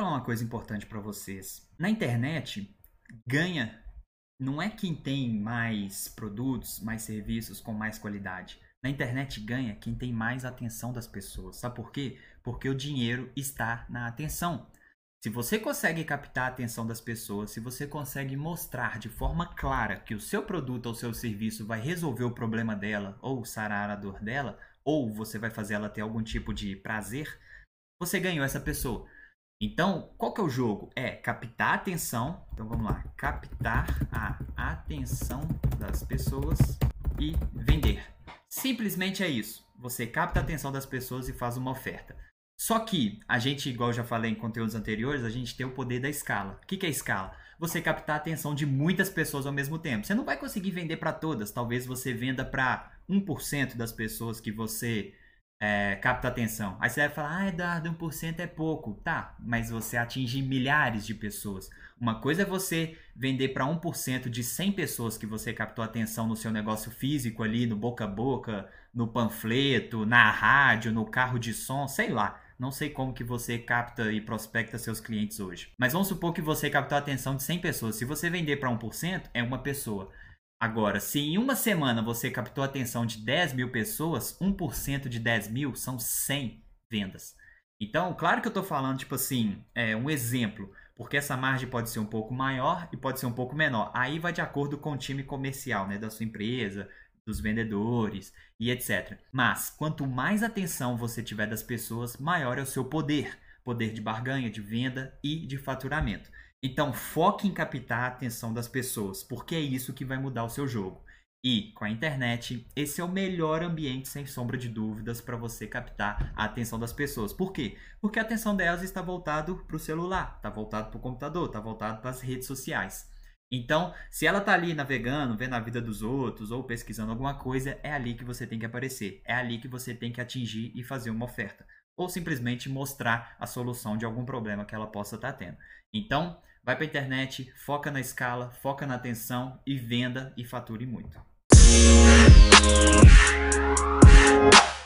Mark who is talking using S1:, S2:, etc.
S1: falar uma coisa importante para vocês. Na internet, ganha não é quem tem mais produtos, mais serviços com mais qualidade. Na internet ganha quem tem mais atenção das pessoas. Sabe por quê? Porque o dinheiro está na atenção. Se você consegue captar a atenção das pessoas, se você consegue mostrar de forma clara que o seu produto ou seu serviço vai resolver o problema dela, ou sarar a dor dela, ou você vai fazer ela ter algum tipo de prazer, você ganhou essa pessoa. Então, qual que é o jogo? É captar a atenção. Então vamos lá, captar a atenção das pessoas e vender. Simplesmente é isso. Você capta a atenção das pessoas e faz uma oferta. Só que a gente, igual eu já falei em conteúdos anteriores, a gente tem o poder da escala. O que é escala? Você captar a atenção de muitas pessoas ao mesmo tempo. Você não vai conseguir vender para todas. Talvez você venda para 1% das pessoas que você capta a atenção. Aí você vai falar, Eduardo, 1% é pouco. Tá, mas você atinge milhares de pessoas. Uma coisa é você vender para 1% de 100 pessoas que você captou a atenção no seu negócio físico ali, no boca a boca, no panfleto, na rádio, no carro de som, sei lá. Não sei como que você capta e prospecta seus clientes hoje. Mas vamos supor que você captou a atenção de 100 pessoas. Se você vender para 1%, é uma pessoa. Agora, se em uma semana você captou a atenção de 10 mil pessoas, 1% de 10 mil são 100 vendas. Então, claro que eu estou falando, tipo assim, um exemplo, porque essa margem pode ser um pouco maior e pode ser um pouco menor. Aí vai de acordo com o time comercial, né, da sua empresa, dos vendedores e etc. Mas, quanto mais atenção você tiver das pessoas, maior é o seu poder. Poder de barganha, de venda e de faturamento. Então, foque em captar a atenção das pessoas, porque é isso que vai mudar o seu jogo. E, com a internet, esse é o melhor ambiente, sem sombra de dúvidas, para você captar a atenção das pessoas. Por quê? Porque a atenção delas está voltada para o celular, está voltada para o computador, está voltada para as redes sociais. Então, se ela está ali navegando, vendo a vida dos outros ou pesquisando alguma coisa, é ali que você tem que aparecer. É ali que você tem que atingir e fazer uma oferta. Ou simplesmente mostrar a solução de algum problema que ela possa estar tendo. Então, vai para a internet, foca na escala, foca na atenção e venda e fature muito.